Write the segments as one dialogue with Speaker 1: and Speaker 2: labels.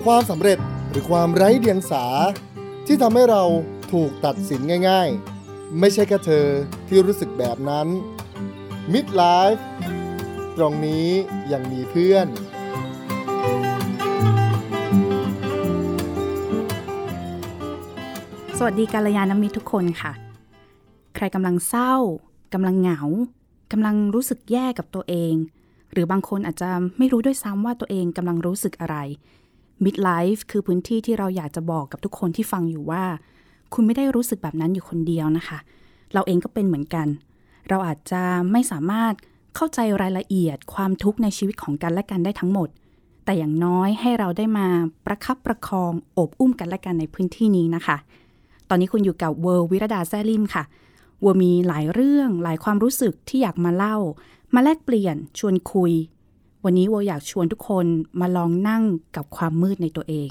Speaker 1: ความสำเร็จหรือความไร้เดียงสาที่ทำให้เราถูกตัดสินง่ายๆไม่ใช่แค่เธอที่รู้สึกแบบนั้น Midlife ตรงนี้ยังมีเพื่อน
Speaker 2: สวัสดีกัลยาณมิตรทุกคนค่ะใครกำลังเศร้ากำลังเหงากำลังรู้สึกแย่กับตัวเองหรือบางคนอาจจะไม่รู้ด้วยซ้ำว่าตัวเองกำลังรู้สึกอะไร Midlife คือพื้นที่ที่เราอยากจะบอกกับทุกคนที่ฟังอยู่ว่าคุณไม่ได้รู้สึกแบบนั้นอยู่คนเดียวนะคะเราเองก็เป็นเหมือนกันเราอาจจะไม่สามารถเข้าใจรายละเอียดความทุกข์ในชีวิตของกันและกันได้ทั้งหมดแต่อย่างน้อยให้เราได้มาประคับประคองโอบอุ้มกันและกันในพื้นที่นี้นะคะตอนนี้คุณอยู่กับเวอร์วิรดาแซ่ลิมค่ะเวอร์มีหลายเรื่องหลายความรู้สึกที่อยากมาเล่ามาแลกเปลี่ยนชวนคุยวันนี้เวอร์อยากชวนทุกคนมาลองนั่งกับความมืดในตัวเอง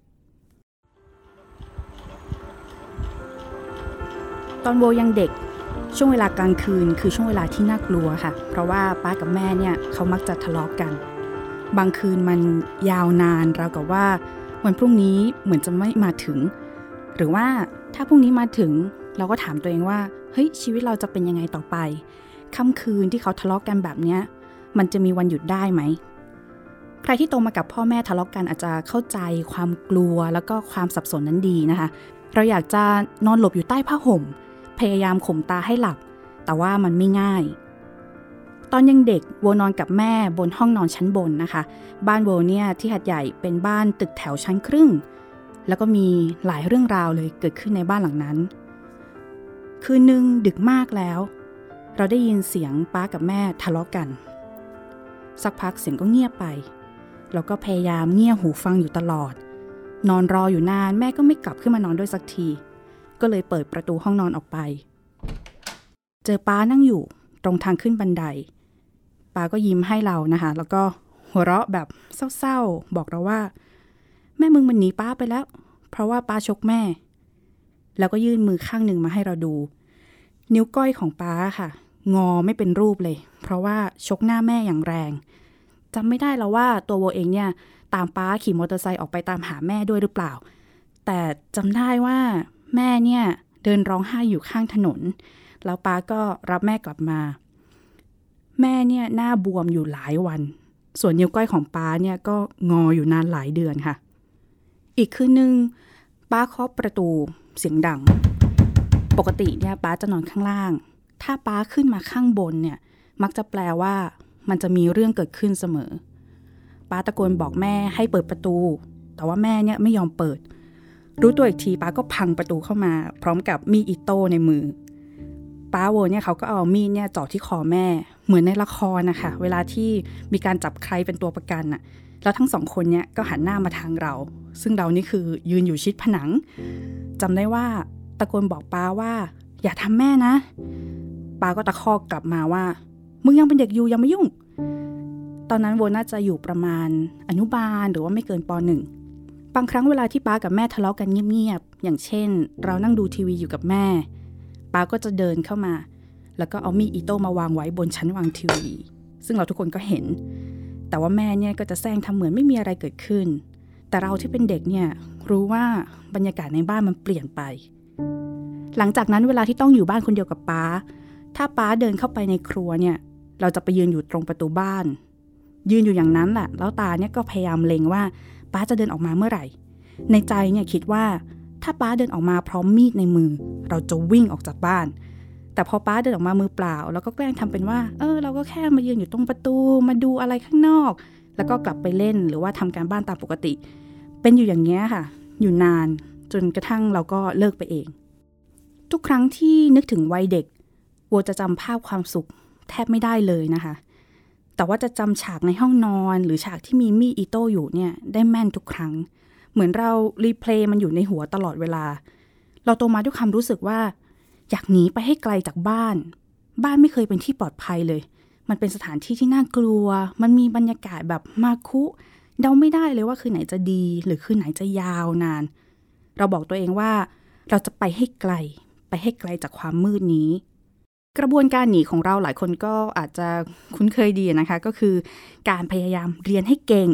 Speaker 2: ตอนเวอร์ยังเด็กช่วงเวลากลางคืนคือช่วงเวลาที่น่ากลัวค่ะเพราะว่าป้ากับแม่เนี่ยเขามักจะทะเลาะกันบางคืนมันยาวนานราวกับว่าวันพรุ่งนี้เหมือนจะไม่มาถึงหรือว่าถ้าพรุ่งนี้มาถึงเราก็ถามตัวเองว่าเฮ้ยชีวิตเราจะเป็นยังไงต่อไปค่ำคืนที่เขาทะเลาะกันแบบเนี้ยมันจะมีวันหยุดได้ไหมใครที่โตมากับพ่อแม่ทะเลาะกันอาจจะเข้าใจความกลัวแล้วก็ความสับสนนั้นดีนะคะเราอยากจะนอนหลบอยู่ใต้ผ้าห่มพยายามข่มตาให้หลับแต่ว่ามันไม่ง่ายตอนยังเด็กโวนอนกับแม่บนห้องนอนชั้นบนนะคะบ้านโวเนี่ยที่หาดใหญ่เป็นบ้านตึกแถวชั้นครึ่งแล้วก็มีหลายเรื่องราวเลยเกิดขึ้นในบ้านหลังนั้นคืนนึงดึกมากแล้วเราได้ยินเสียงป้ากับแม่ทะเลาะกันสักพักเสียงก็เงียบไปเราก็พยายามเงี่ยหูฟังอยู่ตลอดนอนรออยู่นานแม่ก็ไม่กลับขึ้นมานอนด้วยสักทีก็เลยเปิดประตูห้องนอนออกไปเจอป้านั่งอยู่ตรงทางขึ้นบันไดป้าก็ยิ้มให้เรานะคะแล้วก็หัวเราะแบบเศร้าๆบอกเราว่าแม่มึงมันหนีป้าไปแล้วเพราะว่าป้าชกแม่แล้วก็ยื่นมือข้างหนึ่งมาให้เราดูนิ้วก้อยของป้าค่ะงอไม่เป็นรูปเลยเพราะว่าชกหน้าแม่อย่างแรงจำไม่ได้แล้วว่าตัวโวเองเนี่ยตามป้าขี่มอเตอร์ไซค์ออกไปตามหาแม่ด้วยหรือเปล่าแต่จำได้ว่าแม่เนี่ยเดินร้องไห้อยู่ข้างถนนแล้วป้าก็รับแม่กลับมาแม่เนี่ยหน้าบวมอยู่หลายวันส่วนนิ้วก้อยของป้าเนี่ยก็งออยู่นานหลายเดือนค่ะอีกคืนนึงป้าเคาะประตูเสียงดังปกติเนี่ยป้าจะนอนข้างล่างถ้าป้าขึ้นมาข้างบนเนี่ยมักจะแปลว่ามันจะมีเรื่องเกิดขึ้นเสมอป้าตะโกนบอกแม่ให้เปิดประตูแต่ว่าแม่เนี่ยไม่ยอมเปิดรู้ตัวอีกทีป้าก็พังประตูเข้ามาพร้อมกับมีดอิโต้ในมือป้าโวเนี่ยเขาก็เอามีดเนี่ยจ่อที่คอแม่เหมือนในละครนะคะเวลาที่มีการจับใครเป็นตัวประกันน่ะแล้วทั้งสองคนเนี่ยก็หันหน้ามาทางเราซึ่งเรานี่คือยืนอยู่ชิดผนังจำได้ว่าตะโกนบอกป้าว่าอย่าทำแม่นะป้าก็ตะคอกกลับมาว่ามึงยังเป็นเด็กอยู่ยังไม่ยุ่งตอนนั้นโวน่าจะอยู่ประมาณอนุบาลหรือว่าไม่เกินป.1 บางครั้งเวลาที่ป้ากับแม่ทะเลาะกันเงียบๆอย่างเช่นเรานั่งดูทีวีอยู่กับแม่ป้าก็จะเดินเข้ามาแล้วก็เอามีดอิโต้มาวางไว้บนชั้นวางทีวีซึ่งเราทุกคนก็เห็นแต่ว่าแม่เนี่ยก็จะแซงทำเหมือนไม่มีอะไรเกิดขึ้นแต่เราที่เป็นเด็กเนี่ยรู้ว่าบรรยากาศในบ้านมันเปลี่ยนไปหลังจากนั้นเวลาที่ต้องอยู่บ้านคนเดียวกับป้าถ้าป้าเดินเข้าไปในครัวเนี่ยเราจะไปยืนอยู่ตรงประตูบ้านยืนอยู่อย่างนั้นแหละแล้วตาเนี่ยก็พยายามเล็งว่าป้าจะเดินออกมาเมื่อไหร่ในใจเนี่ยคิดว่าถ้าป้าเดินออกมาพร้อมมีดในมือเราจะวิ่งออกจากบ้านแต่พอป้าเดินออกมามือเปล่าแล้วก็แกล้งทำเป็นว่าเราก็แค่มายืนอยู่ตรงประตูมาดูอะไรข้างนอกแล้วก็กลับไปเล่นหรือว่าทำการบ้านตามปกติเป็นอยู่อย่างเงี้ยค่ะอยู่นานจนกระทั่งเราก็เลิกไปเองทุกครั้งที่นึกถึงวัยเด็กโวจะจำภาพความสุขแทบไม่ได้เลยนะคะแต่ว่าจะจำฉากในห้องนอนหรือฉากที่มีมีดอิโต้อยู่เนี่ยได้แม่นทุกครั้งเหมือนเรารีเพลย์มันอยู่ในหัวตลอดเวลาเราโตมาด้วยความรู้สึกว่าอยากหนีไปให้ไกลจากบ้านไม่เคยเป็นที่ปลอดภัยเลยมันเป็นสถานที่ที่น่ากลัวมันมีบรรยากาศแบบมาคุเดาไม่ได้เลยว่าคืนไหนจะดีหรือคืนไหนจะยาวนานเราบอกตัวเองว่าเราจะไปให้ไกลจากความมืดนี้กระบวนการหนีของเราหลายคนก็อาจจะคุ้นเคยดีนะคะก็คือการพยายามเรียนให้เก่ง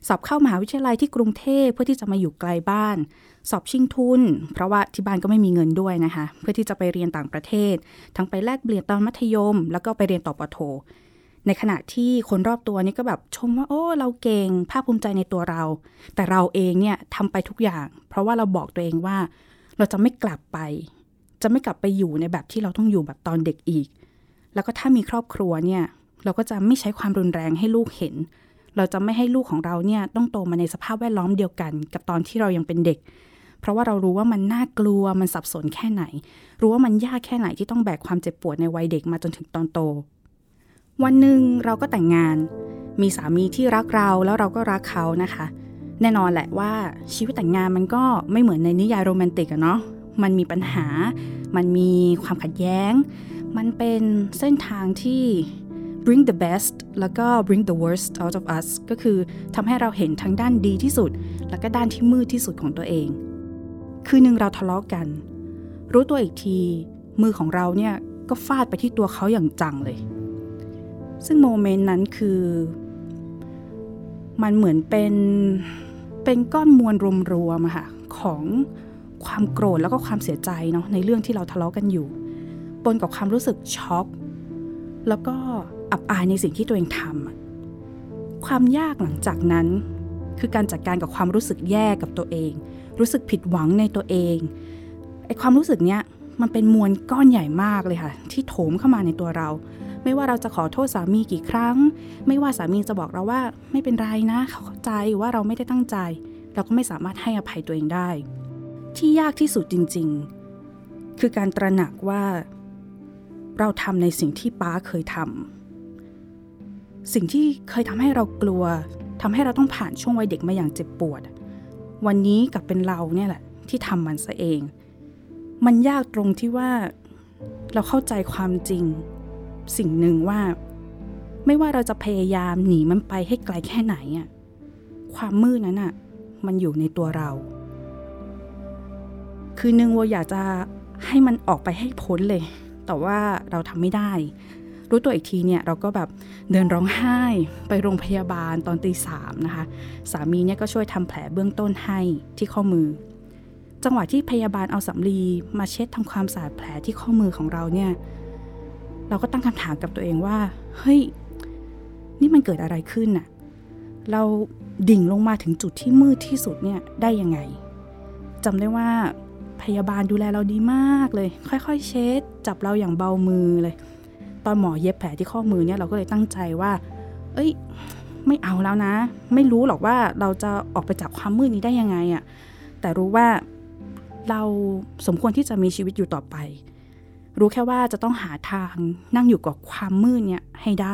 Speaker 2: สอบเข้ามหาวิทยาลัยที่กรุงเทพเพื่อที่จะมาอยู่ไกลบ้านสอบชิงทุนเพราะว่าที่บ้านก็ไม่มีเงินด้วยนะคะเพื่อที่จะไปเรียนต่างประเทศทั้งไปแลกเปลี่ยนตอนมัธยมแล้วก็ไปเรียนต่อปโทในขณะที่คนรอบตัวนี่ก็แบบชมว่าโอ้เราเก่งภาคภูมิใจในตัวเราแต่เราเองเนี่ยทำไปทุกอย่างเพราะว่าเราบอกตัวเองว่าเราจะไม่กลับไปอยู่ในแบบที่เราต้องอยู่แบบตอนเด็กอีกแล้วก็ถ้ามีครอบครัวเนี่ยเราก็จะไม่ใช้ความรุนแรงให้ลูกเห็นเราจะไม่ให้ลูกของเราเนี่ยต้องโตมาในสภาพแวดล้อมเดียวกันกับตอนที่เรายังเป็นเด็กเพราะว่าเรารู้ว่ามันน่ากลัวมันสับสนแค่ไหนรู้ว่ามันยากแค่ไหนที่ต้องแบกความเจ็บปวดในวัยเด็กมาจนถึงตอนโตวันหนึ่งเราก็แต่งงานมีสามีที่รักเราแล้วเราก็รักเขานะคะแน่นอนแหละว่าชีวิตแต่งงานมันก็ไม่เหมือนในนิยายโรแมนติกอะเนาะมันมีปัญหามันมีความขัดแย้งมันเป็นเส้นทางที่ bring the best แล้วก็ bring the worst out of us ก็คือทำให้เราเห็นทั้งด้านดีที่สุดแล้วก็ด้านที่มืดที่สุดของตัวเองคืนนึงเราทะเลาะกันรู้ตัวอีกทีมือของเราเนี่ยก็ฟาดไปที่ตัวเขาอย่างจังเลยซึ่งโมเมนต์นั้นคือมันเหมือนเป็นก้อนมวลรวมๆค่ะของความโกรธแล้วก็ความเสียใจเนาะในเรื่องที่เราทะเลาะกันอยู่ปนกับความรู้สึกช็อกแล้วก็อับอายในสิ่งที่ตัวเองทำความยากหลังจากนั้นคือการจัดการกับความรู้สึกแย่กับตัวเองรู้สึกผิดหวังในตัวเองไอ้ความรู้สึกเนี้ยมันเป็นมวลก้อนใหญ่มากเลยค่ะที่โถมเข้ามาในตัวเราไม่ว่าเราจะขอโทษสามีกี่ครั้งไม่ว่าสามีจะบอกเราว่าไม่เป็นไรนะเขาเข้าใจว่าเราไม่ได้ตั้งใจเราก็ไม่สามารถให้อภัยตัวเองได้ที่ยากที่สุดจริงๆคือการตระหนักว่าเราทำในสิ่งที่ป๊าเคยทำสิ่งที่เคยทำให้เรากลัวทำให้เราต้องผ่านช่วงวัยเด็กมาอย่างเจ็บปวดวันนี้กลับเป็นเราเนี่ยแหละที่ทำมันซะเองมันยากตรงที่ว่าเราเข้าใจความจริงสิ่งหนึ่งว่าไม่ว่าเราจะพยายามหนีมันไปให้ไกลแค่ไหนอ่ะความมืดนั้นอ่ะมันอยู่ในตัวเราคือนึงว่าอยากจะให้มันออกไปให้พ้นเลยแต่ว่าเราทำไม่ได้รู้ตัวอีกทีเนี่ยเราก็แบบเดินร้องไห้ไปโรงพยาบาลตอนตี 3นะคะสามีเนี่ยก็ช่วยทำแผลเบื้องต้นให้ที่ข้อมือจังหวะที่พยาบาลเอาสำลีมาเช็ดทำความสะอาดแผลที่ข้อมือของเราเนี่ยเราก็ตั้งคำถามกับตัวเองว่าเฮ้ยนี่มันเกิดอะไรขึ้นน่ะเราดิ่งลงมาถึงจุดที่มืดที่สุดเนี่ยได้ยังไงจำได้ว่าพยาบาลดูแลเราดีมากเลยค่อยๆเช็ดจับเราอย่างเบามือเลยตอนหมอเย็บแผลที่ข้อมือเนี่ยเราก็เลยตั้งใจว่าไม่เอาแล้วนะไม่รู้หรอกว่าเราจะออกไปจากความมืดนี้ได้ยังไงอ่ะแต่รู้ว่าเราสมควรที่จะมีชีวิตอยู่ต่อไปรู้แค่ว่าจะต้องหาทางนั่งอยู่กับความมืดเนี่ยให้ได้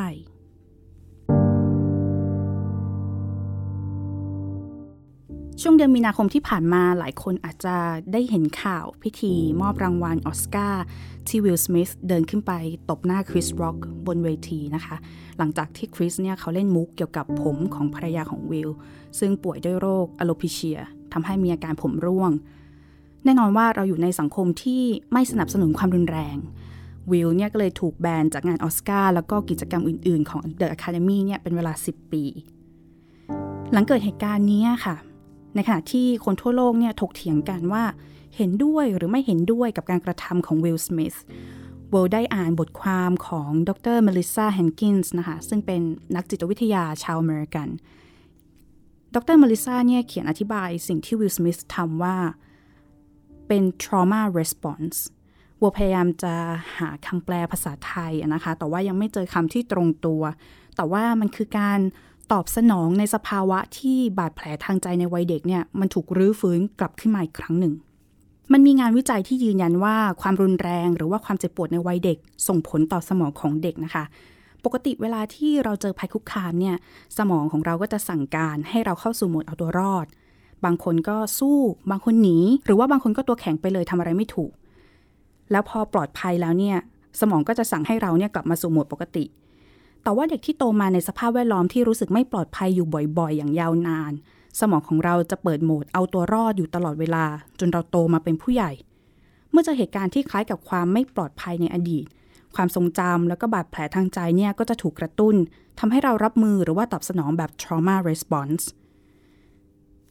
Speaker 2: ช่วงเดือนมีนาคมที่ผ่านมาหลายคนอาจจะได้เห็นข่าวพิธีมอบรางวัลออสการ์ที่วิล สมิธเดินขึ้นไปตบหน้าคริส ร็อกบนเวทีนะคะหลังจากที่คริสเนี่ยเขาเล่นมุกเกี่ยวกับผมของภรรยาของวิลซึ่งป่วยด้วยโรคอะโลพิเชียทำให้มีอาการผมร่วงแน่นอนว่าเราอยู่ในสังคมที่ไม่สนับสนุนความรุนแรงวิลเนี่ยก็เลยถูกแบนจากงานออสการ์แล้วก็กิจกรรมอื่นๆของ The Academy เนี่ยเป็นเวลา10 ปีหลังเกิดเหตุการณ์นี้ค่ะในขณะที่คนทั่วโลกเนี่ยถกเถียงกันว่าเห็นด้วยหรือไม่เห็นด้วยกับการกระทำของวิล สมิธโบได้อ่านบทความของดร. เมลิซา แฮนกินส์นะคะซึ่งเป็นนักจิตวิทยาชาวอเมริกันดร. เมลิซาเนี่ยเขียนอธิบายสิ่งที่วิล สมิธทำว่าเป็น trauma response โบพยายามจะหาคำแปลภาษาไทยนะคะแต่ว่ายังไม่เจอคำที่ตรงตัวแต่ว่ามันคือการตอบสนองในสภาวะที่บาดแผลทางใจในวัยเด็กเนี่ยมันถูกรื้อฟื้นกลับขึ้นมาอีกครั้งหนึ่งมันมีงานวิจัยที่ยืนยันว่าความรุนแรงหรือว่าความเจ็บปวดในวัยเด็กส่งผลต่อสมองของเด็กนะคะปกติเวลาที่เราเจอภัยคุกคามเนี่ยสมองของเราก็จะสั่งการให้เราเข้าสู่โหมดเอาตัวรอดบางคนก็สู้บางคนหนีหรือว่าบางคนก็ตัวแข็งไปเลยทำอะไรไม่ถูกแล้วพอปลอดภัยแล้วเนี่ยสมองก็จะสั่งให้เราเนี่ยกลับมาสู่โหมดปกติแต่ว่าเด็กที่โตมาในสภาพแวดล้อมที่รู้สึกไม่ปลอดภัยอยู่บ่อยๆอย่างยาวนานสมองของเราจะเปิดโหมดเอาตัวรอดอยู่ตลอดเวลาจนเราโตมาเป็นผู้ใหญ่เมื่อเจอเหตุการณ์ที่คล้ายกับความไม่ปลอดภัยในอดีตความทรงจำแล้วก็บาดแผลทางใจเนี่ยก็จะถูกกระตุ้นทำให้เรารับมือหรือว่าตอบสนองแบบ trauma response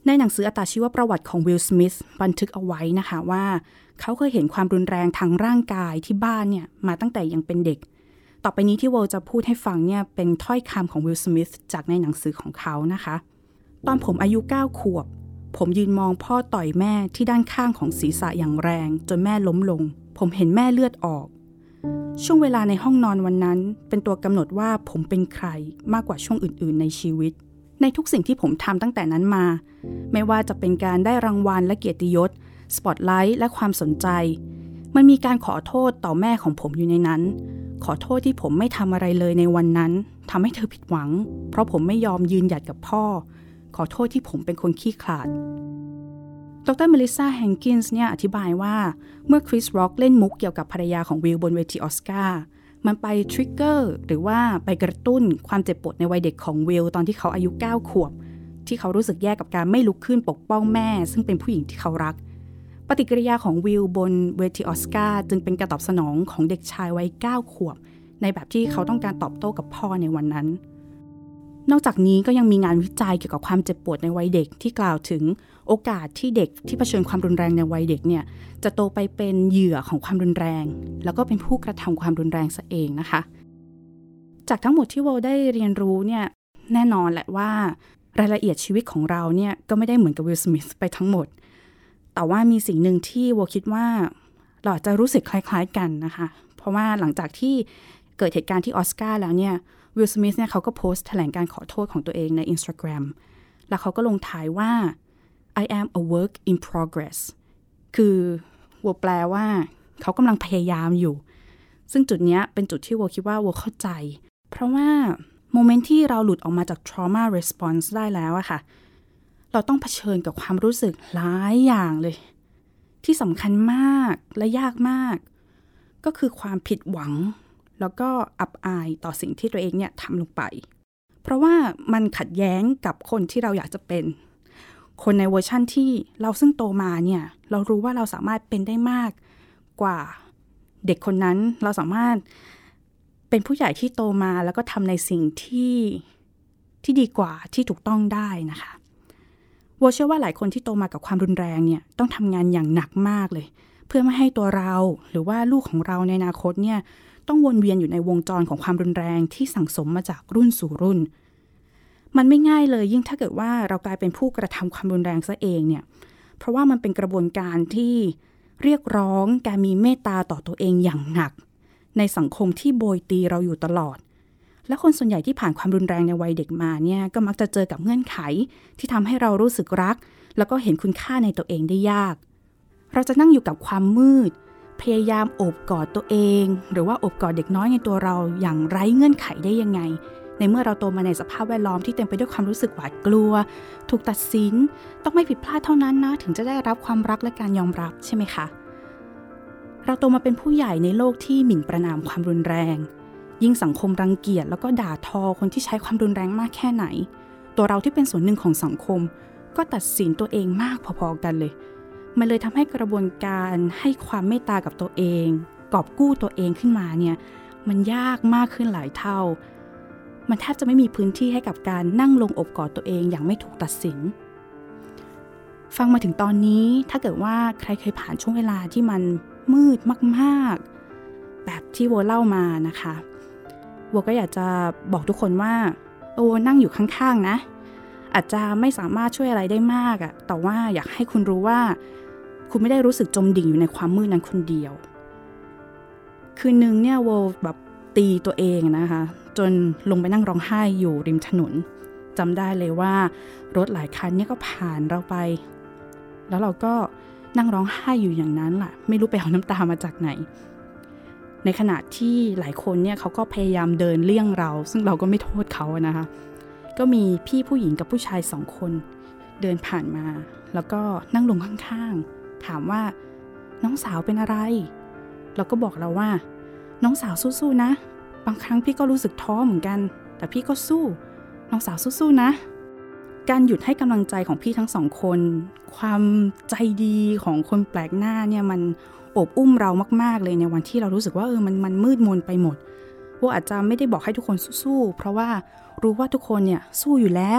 Speaker 2: ในหนังสืออัตชีวประวัติของวิล สมิธบันทึกเอาไว้นะคะว่าเขาเคยเห็นความรุนแรงทางร่างกายที่บ้านเนี่ยมาตั้งแต่ยังเป็นเด็กต่อไปนี้ที่โวจะพูดให้ฟังเนี่ยเป็นถ้อยคำของวิล สมิธจากในหนังสือของเขานะคะตอนผมอายุ9 ขวบผมยืนมองพ่อต่อยแม่ที่ด้านข้างของศีรษะอย่างแรงจนแม่ล้มลงผมเห็นแม่เลือดออกช่วงเวลาในห้องนอนวันนั้นเป็นตัวกำหนดว่าผมเป็นใครมากกว่าช่วงอื่นๆในชีวิตในทุกสิ่งที่ผมทำตั้งแต่นั้นมาไม่ว่าจะเป็นการได้รางวัลและเกียรติยศสปอตไลท์และความสนใจมันมีการขอโทษต่อแม่ของผมอยู่ในนั้นขอโทษที่ผมไม่ทำอะไรเลยในวันนั้นทำให้เธอผิดหวังเพราะผมไม่ยอมยืนหยัดกับพ่อขอโทษที่ผมเป็นคนขี้ขลาดดร. เมลิซา แฮงกินส์เนี่ยอธิบายว่าเมื่อคริส ร็อกเล่นมุกเกี่ยวกับภรรยาของวิลบนเวทีออสการ์มันไปทริกเกอร์หรือว่าไปกระตุ้นความเจ็บปวดในวัยเด็กของวิลตอนที่เขาอายุ9 ขวบที่เขารู้สึกแย่กับการไม่ลุกขึ้นปกป้องแม่ซึ่งเป็นผู้หญิงที่เขารักปฏิกิริยาของวิลบนเวทีออสการ์จึงเป็นการตอบสนองของเด็กชายวัย9 ขวบในแบบที่เขาต้องการตอบโต้กับพ่อในวันนั้นนอกจากนี้ก็ยังมีงานวิจัยเกี่ยวกับความเจ็บปวดในวัยเด็กที่กล่าวถึงโอกาสที่เด็กที่เผชิญความรุนแรงในวัยเด็กเนี่ยจะโตไปเป็นเหยื่อของความรุนแรงแล้วก็เป็นผู้กระทำความรุนแรงซะเองนะคะจากทั้งหมดที่โวได้เรียนรู้เนี่ยแน่นอนแหละว่ารายละเอียดชีวิตของเราเนี่ยก็ไม่ได้เหมือนกับวิล สมิธไปทั้งหมดแต่ว่ามีสิ่งหนึ่งที่โวคิดว่าเราจะรู้สึกคล้ายๆกันนะคะเพราะว่าหลังจากที่เกิดเหตุการณ์ที่ออสการ์แล้วเนี่ยวิล สมิธเนี่ยเขาก็โพสต์แถลงการขอโทษของตัวเองใน Instagram แล้วเขาก็ลงท้ายว่า I am a work in progress คือวัวแปลว่าเขากำลังพยายามอยู่ซึ่งจุดนี้เป็นจุดที่วัวคิดว่าวัวเข้าใจเพราะว่าโมเมนต์ที่เราหลุดออกมาจาก trauma response ได้แล้วอะค่ะเราต้องเผชิญกับความรู้สึกหลายอย่างเลยที่สำคัญมากและยากมากก็คือความผิดหวังแล้วก็อับอายต่อสิ่งที่ตัวเองเนี่ยทำลงไปเพราะว่ามันขัดแย้งกับคนที่เราอยากจะเป็นคนในเวอร์ชั่นที่เราซึ่งโตมาเนี่ยเรารู้ว่าเราสามารถเป็นได้มากกว่าเด็กคนนั้นเราสามารถเป็นผู้ใหญ่ที่โตมาแล้วก็ทำในสิ่งที่ดีกว่าที่ถูกต้องได้นะคะโวเชื่อว่าหลายคนที่โตมากับความรุนแรงเนี่ยต้องทำงานอย่างหนักมากเลยเพื่อไม่ให้ตัวเราหรือว่าลูกของเราในอนาคตเนี่ยต้องวนเวียนอยู่ในวงจรของความรุนแรงที่สั่งสมมาจากรุ่นสู่รุ่นมันไม่ง่ายเลยยิ่งถ้าเกิดว่าเรากลายเป็นผู้กระทำความรุนแรงซะเองเนี่ยเพราะว่ามันเป็นกระบวนการที่เรียกร้องการมีเมตตาต่อตัวเองอย่างหนักในสังคมที่โบยตีเราอยู่ตลอดและคนส่วนใหญ่ที่ผ่านความรุนแรงในวัยเด็กมาเนี่ยก็มักจะเจอกับเงื่อนไขที่ทำให้เรารู้สึกรักแล้วก็เห็นคุณค่าในตัวเองได้ยากเราจะนั่งอยู่กับความมืดพยายามโอบกอดตัวเองหรือว่าโอบกอดเด็กน้อยในตัวเราอย่างไร้เงื่อนไขได้ยังไงในเมื่อเราโตมาในสภาพแวดล้อมที่เต็มไปด้วยความรู้สึกหวาดกลัวถูกตัดสินต้องไม่ผิดพลาดเท่านั้นนะถึงจะได้รับความรักและการยอมรับใช่ไหมคะเราโตมาเป็นผู้ใหญ่ในโลกที่หมิ่นประณามความรุนแรงยิ่งสังคมรังเกียจแล้วก็ด่าทอคนที่ใช้ความรุนแรงมากแค่ไหนตัวเราที่เป็นส่วนหนึ่งของสังคมก็ตัดสินตัวเองมากพอๆกันเลยมันเลยทำให้กระบวนการให้ความเมตตากับตัวเองกอบกู้ตัวเองขึ้นมาเนี่ยมันยากมากขึ้นหลายเท่ามันแทบจะไม่มีพื้นที่ให้กับการนั่งลงอบกอดตัวเองอย่างไม่ถูกตัดสินฟังมาถึงตอนนี้ถ้าเกิดว่าใครเคยผ่านช่วงเวลาที่มันมืดมากๆแบบที่โวเล่ามานะคะโวก็อยากจะบอกทุกคนว่าโวนั่งอยู่ข้างๆนะอาจจะไม่สามารถช่วยอะไรได้มากแต่ว่าอยากให้คุณรู้ว่าคุณไม่ได้รู้สึกจมดิ่งอยู่ในความมืดนั้นคนเดียวคืนนึงเนี่ยโวแบบตีตัวเองนะคะจนลงไปนั่งร้องไห้อยู่ริมถนนจำได้เลยว่ารถหลายคันเนี่ยก็ผ่านเราไปแล้วเราก็นั่งร้องไห้อยู่อย่างนั้นล่ะไม่รู้ไปเอาน้ำตามาจากไหนในขณะที่หลายคนเนี่ยเขาก็พยายามเดินเลี่ยงเราซึ่งเราก็ไม่โทษเขานะคะก็มีพี่ผู้หญิงกับผู้ชาย2 คนเดินผ่านมาแล้วก็นั่งลงข้างๆถามว่าน้องสาวเป็นอะไรเราก็บอกเราว่าน้องสาวสู้ๆนะบางครั้งพี่ก็รู้สึกท้อเหมือนกันแต่พี่ก็สู้น้องสาวสู้ๆนะการหยุดให้กำลังใจของพี่ทั้ง2 คนความใจดีของคนแปลกหน้าเนี่ยมันอบอุ้มเรามากๆเลยในวันที่เรารู้สึกว่ามันมืดมนไปหมดว่าอาจจะไม่ได้บอกให้ทุกคนสู้ๆเพราะว่ารู้ว่าทุกคนเนี่ยสู้อยู่แล้ว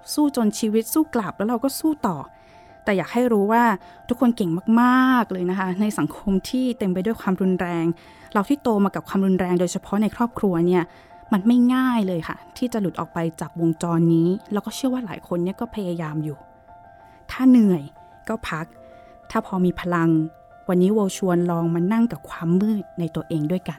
Speaker 2: สู้จนชีวิตสู้กลับแล้วเราก็สู้ต่อแต่อยากให้รู้ว่าทุกคนเก่งมากๆเลยนะคะในสังคมที่เต็มไปด้วยความรุนแรงเราที่โตมากับความรุนแรงโดยเฉพาะในครอบครัวเนี่ยมันไม่ง่ายเลยค่ะที่จะหลุดออกไปจากวงจรนี้แล้วก็เชื่อว่าหลายคนเนี่ยก็พยายามอยู่ถ้าเหนื่อยก็พักถ้าพอมีพลังวันนี้โวชวนลองมานั่งกับความมืดในตัวเองด้วยกัน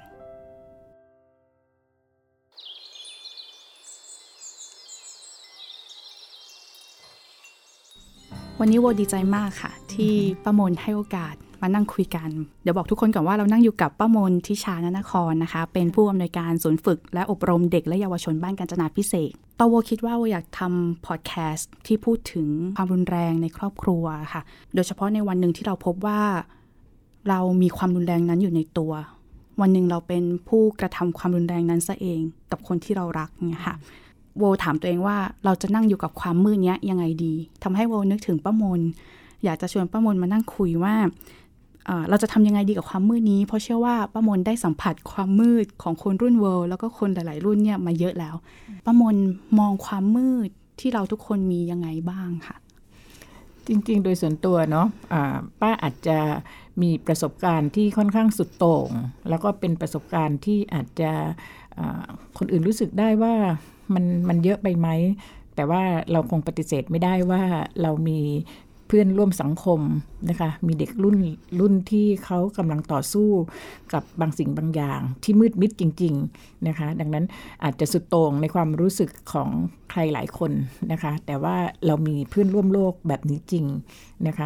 Speaker 2: วันนี้โวดีใจมากค่ะที่ป้ามนให้โอกาสมานั่งคุยกันเดี๋ยวบอกทุกคนก่อนว่าเรานั่งอยู่กับป้ามนทิชานครนะคะเป็นผู้อำนวยการศูนย์ฝึกและอบรมเด็กและเยาวชนบ้านกาญจนาภิเษกตโวคิดว่าโวอยากทำพอดแคสต์ที่พูดถึงความรุนแรงในครอบครัวค่ะโดยเฉพาะในวันหนึ่งที่เราพบว่าเรามีความรุนแรงนั้นอยู่ในตัววันหนึ่งเราเป็นผู้กระทำความรุนแรงนั้นซะเองกับคนที่เรารักเนี่ยค่ะโวถามตัวเองว่าเราจะนั่งอยู่กับความมืดนี้ยังไงดีทำให้โวนึกถึงป้ามนอยากจะชวนป้ามนมานั่งคุยว่าเราจะทำยังไงดีกับความมืดนี้เพราะเชื่อว่าป้ามนได้สัมผัสความมืดของคนรุ่นเวิลด์แล้วก็คนหลายๆรุ่นเนี่ยมาเยอะแล้วป้ามนมองความมืดที่เราทุกคนมียังไงบ้างค่ะ
Speaker 3: จริงๆโดยส่วนตัวเนาะป้าอาจจะมีประสบการณ์ที่ค่อนข้างสุดโต่งแล้วก็เป็นประสบการณ์ที่อาจจะคนอื่นรู้สึกได้ว่ามันเยอะไปไหมแต่ว่าเราคงปฏิเสธไม่ได้ว่าเรามีเพื่อนร่วมสังคมนะคะมีเด็กรุ่นที่เขากำลังต่อสู้กับบางสิ่งบางอย่างที่มืดมิดจริงๆนะคะดังนั้นอาจจะสุดโต่งในความรู้สึกของใครหลายคนนะคะแต่ว่าเรามีเพื่อนร่วมโลกแบบนี้จริงนะคะ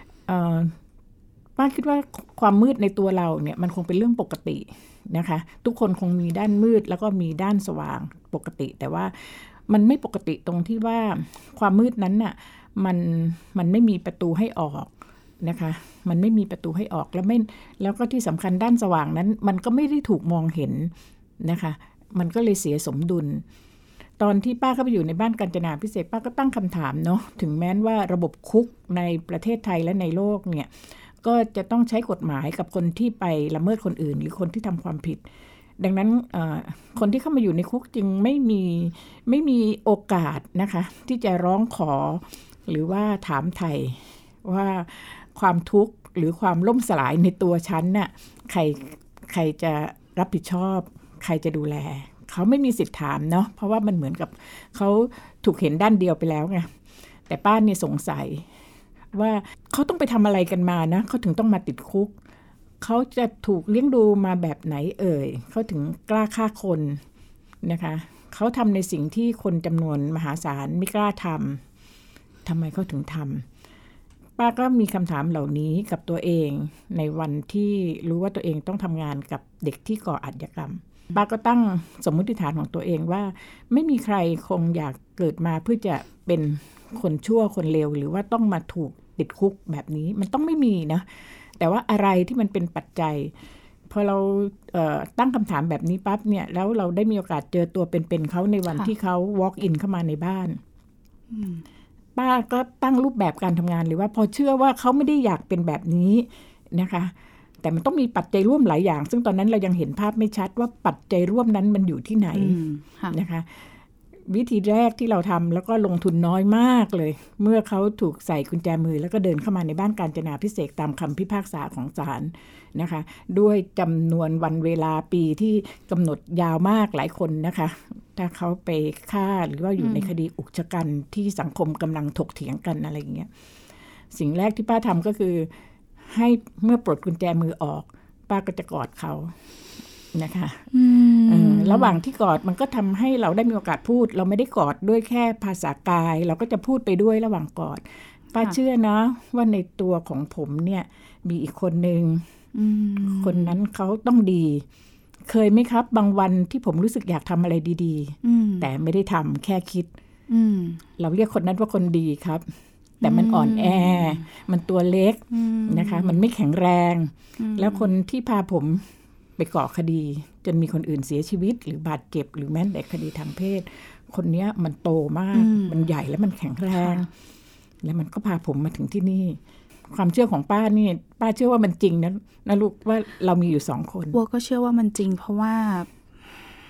Speaker 3: ป้าคิดว่าความมืดในตัวเราเนี่ยมันคงเป็นเรื่องปกตินะคะทุกคนคงมีด้านมืดแล้วก็มีด้านสว่างปกติแต่ว่ามันไม่ปกติตรงที่ว่าความมืดนั้นน่ะมันไม่มีประตูให้ออกนะคะมันไม่มีประตูให้ออกแล้วก็ที่สำคัญด้านสว่างนั้นมันก็ไม่ได้ถูกมองเห็นนะคะมันก็เลยเสียสมดุลตอนที่ป้าเข้าไปอยู่ในบ้านกาญจนาภิเษกป้าก็ตั้งคำถามเนาะถึงแม้ว่าระบบคุกในประเทศไทยและในโลกเนี่ยก็จะต้องใช้กฎหมายกับคนที่ไปละเมิดคนอื่นหรือคนที่ทำความผิดดังนั้นคนที่เข้ามาอยู่ในคุกจึงไม่มีโอกาสนะคะที่จะร้องขอหรือว่าถามไถ่ว่าความทุกข์หรือความล่มสลายในตัวฉันน่ะใครจะรับผิดชอบใครจะดูแลเขาไม่มีสิทธิ์ถามเนาะเพราะว่ามันเหมือนกับเขาถูกเห็นด้านเดียวไปแล้วไงแต่ป้าเนี่ยสงสัยว่าเขาต้องไปทำอะไรกันมานะเขาถึงต้องมาติดคุกเขาจะถูกเลี้ยงดูมาแบบไหนเขาถึงกล้าฆ่าคนนะคะเขาทำในสิ่งที่คนจำนวนมหาศาลไม่กล้าทำไมเขาถึงทำป้าก็มีคำถามเหล่านี้กับตัวเองในวันที่รู้ว่าตัวเองต้องทำงานกับเด็กที่ก่ออาชญากรรมป้าก็ตั้งสมมุติฐานของตัวเองว่าไม่มีใครคงอยากเกิดมาเพื่อจะเป็นคนชั่วคนเลวหรือว่าต้องมาถูกติดคุกแบบนี้มันต้องไม่มีนะแต่ว่าอะไรที่มันเป็นปัจจัยพอเราตั้งคำถามแบบนี้ปั๊บเนี่ยแล้วเราได้มีโอกาสเจอตัวเป็นๆเขาในวันที่เขา walk in เข้ามาในบ้านป้าก็ตั้งรูปแบบการทำงานเลยว่าพอเชื่อว่าเขาไม่ได้อยากเป็นแบบนี้นะคะแต่มันต้องมีปัจจัยร่วมหลายอย่างซึ่งตอนนั้นเรายังเห็นภาพไม่ชัดว่าปัจจัยร่วมนั้นมันอยู่ที่ไหนนะคะวิธีแรกที่เราทำแล้วก็ลงทุนน้อยมากเลยเมื่อเขาถูกใส่กุญแจมือแล้วก็เดินเข้ามาในบ้านกาญจนาภิเษกตามคำพิพากษาของศาลนะคะด้วยจำนวนวันเวลาปีที่กำหนดยาวมากหลายคนนะคะถ้าเขาไปฆ่าหรือว่าอยู่ในคดีอุกชะกันที่สังคมกำลังถกเถียงกันอะไรอย่างเงี้ยสิ่งแรกที่ป้าทำก็คือให้เมื่อปลดกุญแจมือออกป้าก็จะกอดเขานะคะระหว่างที่กอดมันก็ทำให้เราได้มีโอกาสพูดเราไม่ได้กอดด้วยแค่ภาษากายเราก็จะพูดไปด้วยระหว่างกอดป้าเชื่อนะว่าในตัวของผมเนี่ยมีอีกคนนึงคนนั้นเขาต้องดีเคยไหมครับบางวันที่ผมรู้สึกอยากทำอะไรดีๆแต่ไม่ได้ทำแค่คิดเราเรียกคนนั้นว่าคนดีครับแต่มันอ่อนแอมันตัวเล็กนะคะมันไม่แข็งแรงแล้วคนที่พาผมไปก่อคดีจนมีคนอื่นเสียชีวิตหรือบาดเจ็บหรือแม้แต่คดีทางเพศคนนี้มันโตมากมันใหญ่และมันแข็งแรงแล้วมันก็พาผมมาถึงที่นี่ความเชื่อของป้านี่ป้าเชื่อว่ามันจริงนะลูกว่าเรามีอยู่2 คน
Speaker 2: วัวก็เชื่อว่ามันจริงเพราะว่า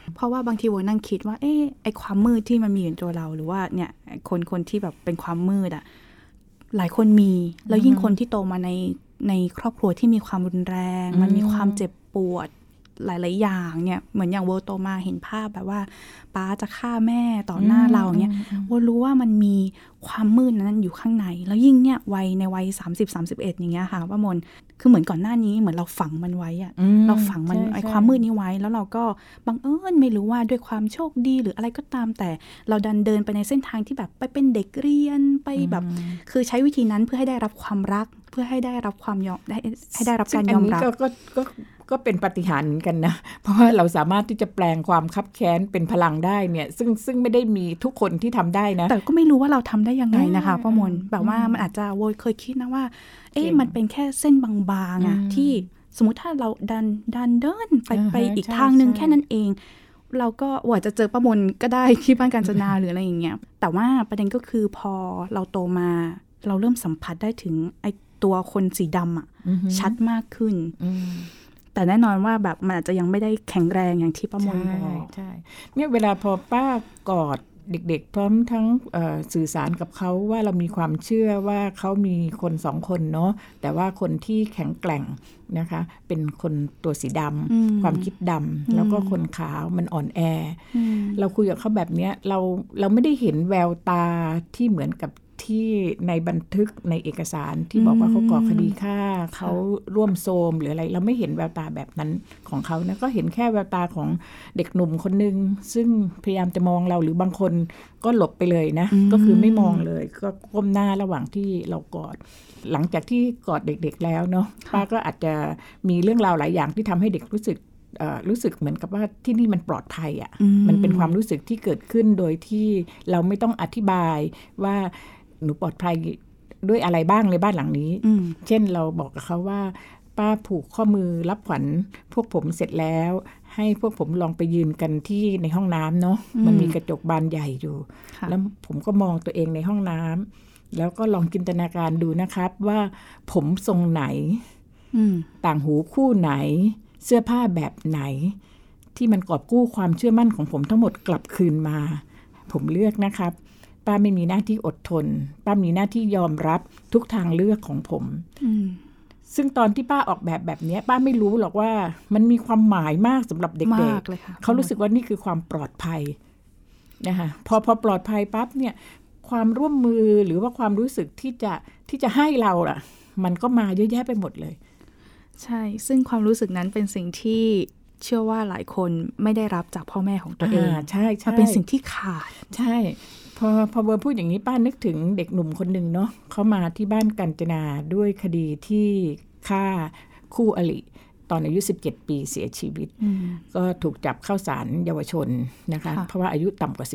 Speaker 2: เพราะว่าบางทีโวนั่งคิดว่าไอ้ความมืดที่มันมีอยู่ในตัวเราหรือว่าเนี่ยคนที่แบบเป็นความมืดอ่ะหลายคนมีแล้วยิ่งคนที่โตมาในครอบครัวที่มีความรุนแรงมันมีความเจ็บปวดหลายๆอย่างเนี่ยเหมือนอย่างโวโตมาเห็นภาพแบบว่าป้าจะฆ่าแม่ต่อหน้าเราเนี่ยโวรู้ว่ามันมีความมืดนั้นอยู่ข้างในแล้วยิ่งเนี่ยในวัย30-31อย่างเงี้ยค่ะว่ามนคือเหมือนก่อนหน้านี้เหมือนเราฝังมันไว้อะเราฝังมันไอ้ความมืดนี้ไว้แล้วเราก็บังเอิญไม่รู้ว่าด้วยความโชคดีหรืออะไรก็ตามแต่เราดันเดินไปในเส้นทางที่แบบไปเป็นเด็กเรียนไปแบบคือใช้วิธีนั้นเพื่อให้ได้รับความรักเพื่อให้ได้รับความยอมให้ได้รับการยอมรับ
Speaker 3: ก็เป็นปาฏิหาริย์เหมือนกันนะเพราะว่าเราสามารถที่จะแปลงความคับแค้นเป็นพลังได้เนี่ยซึ่งไม่ได้มีทุกคนที่ทำได้นะ
Speaker 2: แต่ก็ไม่รู้ว่าเราทำได้ยังไงนะคะป้ามนแบบว่ามันอาจจะโวยเคยคิดนะว่ามันเป็นแค่เส้นบางๆอะที่สมมุติถ้าเราดันเดินไปอีกทางนึงแค่นั้นเองเราก็ว่าจะเจอป้ามนก็ได้ที่บ้านกาญจนาหรืออะไรอย่างเงี้ยแต่ว่าประเด็นก็คือพอเราโตมาเราเริ่มสัมผัสได้ถึงไอ้ตัวคนสีดำอะชัดมากขึ้นแต่แน่นอนว่าแบบมันอาจจะยังไม่ได้แข็งแรงอย่างที่ป้ามนบอก
Speaker 3: ใช่เนี่ยเวลาพอป้ากอดเด็กๆพร้อมทั้งสื่อสารกับเขาว่าเรามีความเชื่อว่าเขามีคน2 คนเนาะแต่ว่าคนที่แข็งแกร่งนะคะเป็นคนตัวสีดำความคิดดำแล้วก็คนขาวมันอ่อนแอเราคุยกับเขาแบบนี้เราไม่ได้เห็นแววตาที่เหมือนกับที่ในบันทึกในเอกสารที่บอกว่าเขาก่อคดีฆ่าเขาร่วมโทรมหรืออะไรเราไม่เห็นแววตาแบบนั้นของเขานะก็เห็นแค่แววตาของเด็กหนุ่มคนนึงซึ่งพยายามจะมองเราหรือบางคนก็หลบไปเลยนะก็คือไม่มองเลยก็ก้มหน้าระหว่างที่เรากอดหลังจากที่กอดเด็กๆแล้วเนาะป้าก็อาจจะมีเรื่องราวหลายอย่างที่ทำให้เด็กรู้สึกเหมือนกับว่าที่นี่มันปลอดภัยอ่ะมันเป็นความรู้สึกที่เกิดขึ้นโดยที่เราไม่ต้องอธิบายว่าหนูปลอดภัยด้วยอะไรบ้างในบ้านหลังนี้เช่นเราบอกกับเขาว่าป้าผูกข้อมือรับขวัญพวกผมเสร็จแล้วให้พวกผมลองไปยืนกันที่ในห้องน้ำเนาะมันมีกระจกบานใหญ่อยู่แล้วผมก็มองตัวเองในห้องน้ำแล้วก็ลองจินตนาการดูนะครับว่าผมทรงไหนต่างหูคู่ไหนเสื้อผ้าแบบไหนที่มันกอบกู้ความเชื่อมั่นของผมทั้งหมดกลับคืนมาผมเลือกนะครับป้าไม่มีหน้าที่อดทนป้ามีหน้าที่ยอมรับทุกทางเลือกของผมซึ่งตอนที่ป้าออกแบบนี้ป้าไม่รู้หรอกว่ามันมีความหมายมากสำหรับเด็กๆเขารู้สึกว่านี่คือความปลอดภัยนะคะพอปลอดภัยปั๊บเนี่ยความร่วมมือหรือว่าความรู้สึกที่จะให้เราล่ะมันก็มาเยอะแยะไปหมดเลย
Speaker 2: ใช่ซึ่งความรู้สึกนั้นเป็นสิ่งที่เชื่อว่าหลายคนไม่ได้รับจากพ่อแม่ของตัวเอง
Speaker 3: ใช่
Speaker 2: มันเป็นสิ่งที่ขาด
Speaker 3: ใช่พอเบอร์พูดอย่างนี้ป้านึกถึงเด็กหนุ่มคนหนึ่งเนาะเขามาที่บ้านกาญจนาด้วยคดีที่ฆ่าคู่อริตอนอายุ17 ปีเสียชีวิตก็ถูกจับเข้าศาลเยาวชนนะคะเพราะว่าอายุต่ำกว่า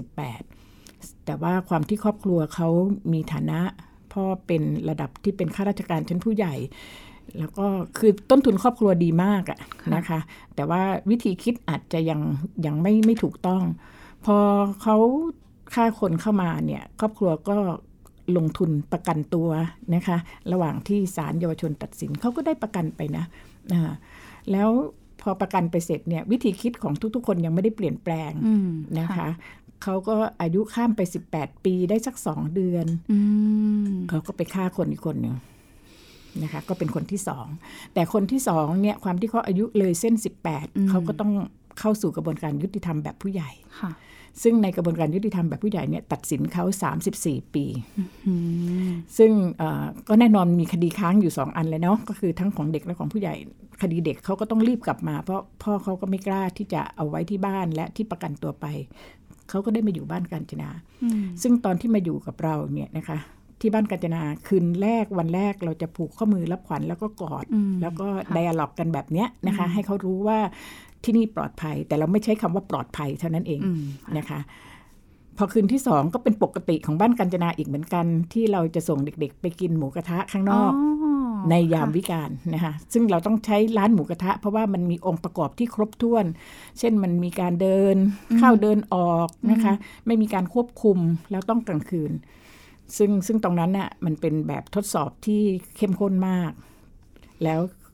Speaker 3: 18แต่ว่าความที่ครอบครัวเขามีฐานะพ่อเป็นระดับที่เป็นข้าราชการชั้นผู้ใหญ่แล้วก็คือต้นทุนครอบครัวดีมากอะนะคะแต่ว่าวิธีคิดอาจจะยังไม่ถูกต้องพอเขาฆ่าคนเข้ามาเนี่ยครอบครัวก็ลงทุนประกันตัวนะคะระหว่างที่ศาลเยาวชนตัดสินเขาก็ได้ประกันไปนะแล้วพอประกันไปเสร็จเนี่ยวิธีคิดของทุกๆคนยังไม่ได้เปลี่ยนแปลงนะคะเขาก็อายุข้ามไป18 ปีได้สัก2 เดือนเขาก็ไปฆ่าคนอีกคนหนึ่งนะคะก็เป็นคนที่2แต่คนที่2เนี่ยความที่เขาอายุเลยเส้น18เขาก็ต้องเข้าสู่กระบวนการยุติธรรมแบบผู้ใหญ่ซึ่งในกระบวนการยุติธรรมแบบผู้ใหญ่เนี่ยตัดสินเขา34 ปีซึ่งก็แน่นอนมีคดีค้างอยู่2 อันเลยเนาะก็คือทั้งของเด็กและของผู้ใหญ่คดีเด็กเขาก็ต้องรีบกลับมาเพราะพ่อเขาก็ไม่กล้าที่จะเอาไว้ที่บ้านและที่ประกันตัวไปเขาก็ได้มาอยู่บ้านกาญจนาซึ่งตอนที่มาอยู่กับเราเนี่ยนะคะที่บ้านกาญจนาคืนแรกวันแรกเราจะผูกข้อมือรับขวัญแล้วก็กอดแล้วก็ไดอะล็อกกันแบบเนี้ยนะคะให้เขารู้ว่าที่นี่ปลอดภัยแต่เราไม่ใช้คำว่าปลอดภัยเท่านั้นเองนะคะพอคืนที่2ก็เป็นปกติของบ้านกาญจนาอีกเหมือนกันที่เราจะส่งเด็กๆไปกินหมูกระทะข้างนอกในยามวิกาลนะคะซึ่งเราต้องใช้ร้านหมูกระทะเพราะว่ามันมีองค์ประกอบที่ครบถ้วนเช่นมันมีการเดินเข้าเดินออกนะคะไม่มีการควบคุมแล้วต้องกลางคืนซึ่งตรงนั้นน่ะมันเป็นแบบทดสอบที่เข้มข้นมากแล้ว